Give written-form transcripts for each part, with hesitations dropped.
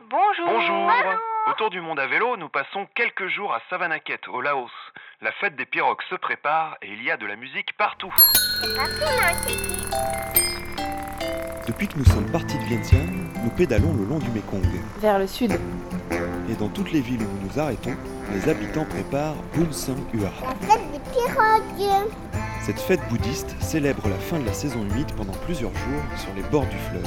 Bonjour. Bonjour. Autour du monde à vélo, nous passons quelques jours à Savannakhet, au Laos. La fête des pirogues se prépare et il y a de la musique partout. C'est pas mon kiki. Depuis que nous sommes partis de Vientiane, nous pédalons le long du Mékong. Vers le sud. Et dans toutes les villes où nous nous arrêtons, les habitants préparent Bunsang Hua. La fête des pirogues. Cette fête bouddhiste célèbre la fin de la saison humide pendant plusieurs jours sur les bords du fleuve.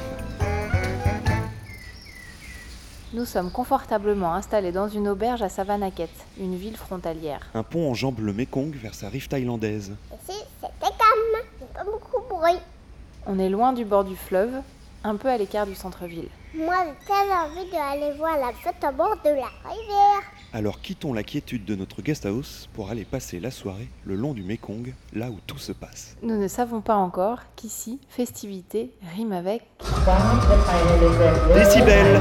Nous sommes confortablement installés dans une auberge à Savannakhet, une ville frontalière. Un pont enjambe le Mékong vers sa rive thaïlandaise. Ici, c'était calme. Il n'y a pas beaucoup de bruit. On est loin du bord du fleuve, un peu à l'écart du centre-ville. Moi, j'ai tellement envie d'aller voir la fête au bord de la rivière. Alors quittons la quiétude de notre guest house pour aller passer la soirée le long du Mékong, là où tout se passe. Nous ne savons pas encore qu'ici, festivité rime avec... Décibel.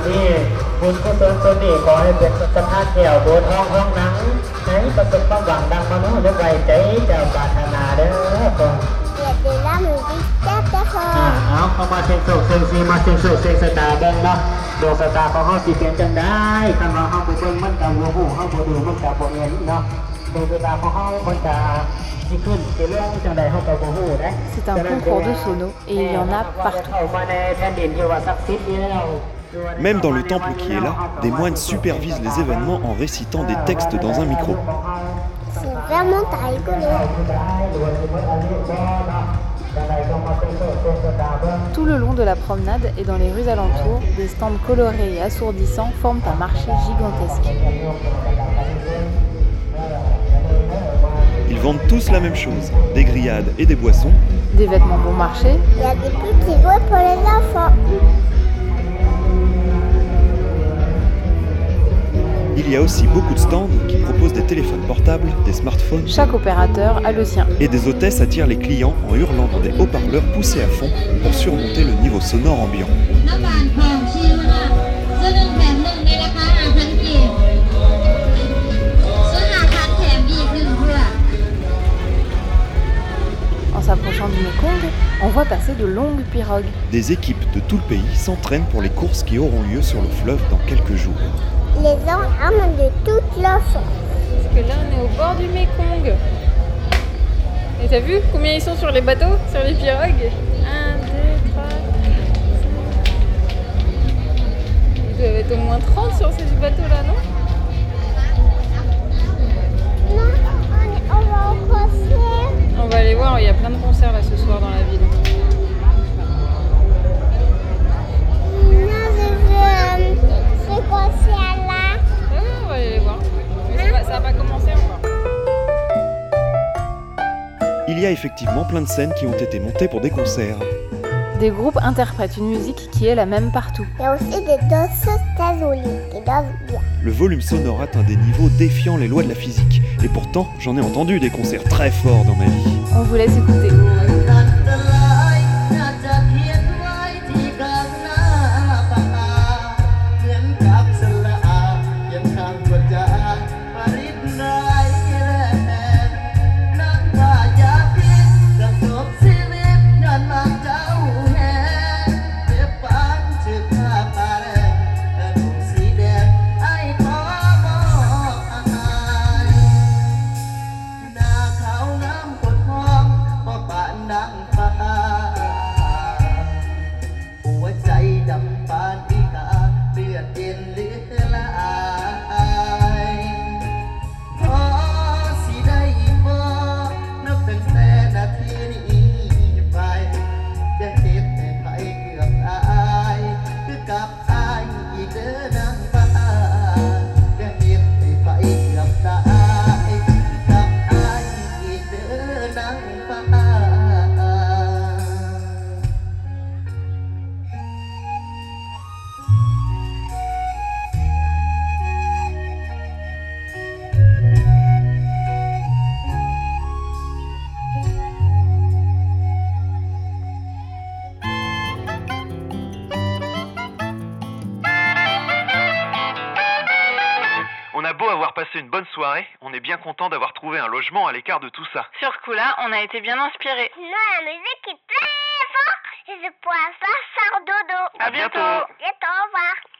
Il y a de la musique très fort. เอาเข้ามาเซ็งโศกเซ็งซีมาเซ็งโศกเซ็งสตาร์เบิ่งเนาะดวงสตาร์ของเฮาสิเป็นจังได๋คันว่าเฮาไปเบิ่งมันก็บ่ฮู้เฮาบ่ดูมันก็บ่เห็นเนาะดวงสตาร์ของเฮามันก็สิขึ้นสิลงจังได๋เฮาก็บ่ฮู้เด้ C'est un concours de sono et il y en a partout. เข้ามาในแผ่นดินที่ว่าศักดิ์สิทธิ์นี่แล้ว Même dans le temple qui est là, des moines supervisent les événements en récitant des textes dans un micro. C'est vraiment très rigolo. Tout le long de la promenade et dans les rues alentours, des stands colorés et assourdissants forment un marché gigantesque. Ils vendent tous la même chose, des grillades et des boissons, Des vêtements bon marché, Il y a des petits jouets pour les enfants. Il y a aussi beaucoup de stands qui proposent des téléphones portables, des smartphones, chaque opérateur a le sien. et des hôtesses attirent les clients en hurlant dans des haut-parleurs poussés à fond pour surmonter le niveau sonore ambiant. น้ำหวานทองชิลค่ะซื้อหนึ่งแถมหนึ่งในราคา5,000 กีบซื้อ5,000แถมอีก1เพื่อ En s'approchant du Mékong, on voit passer de longues pirogues. Des équipes de tout le pays s'entraînent pour les courses qui auront lieu sur le fleuve dans quelques jours. Les gens ramènent de toute leur force. Parce que là, on est au bord du Mékong. Et t'as vu combien ils sont sur les bateaux, sur les pirogues 1, 2, 3, 4, 5. Ils doivent être au moins 30 sur ces bateaux-là, non? Non, on va au concert. On va aller voir, il y a plein de concerts là ce soir dans la ville. Non, je veux ce concert-là. Ah ouais, on va aller les voir. Mais ça va pas commencer encore. Il y a effectivement plein de scènes qui ont été montées pour des concerts. Des groupes interprètent une musique qui est la même partout. Il y a aussi des danseuses très jolies qui dansent bien. Le volume sonore atteint des niveaux défiant les lois de la physique. Et pourtant, j'en ai entendu des concerts très forts dans ma vie. On vous laisse écouter. 'On a beau avoir passé une bonne soirée, on est bien content d'avoir trouvé un logement à l'écart de tout ça. Sur ce coup-là, on a été bien inspirés. Sinon, la musique est très forte et je pourrais faire dodo. À bientôt. Bientôt, au revoir.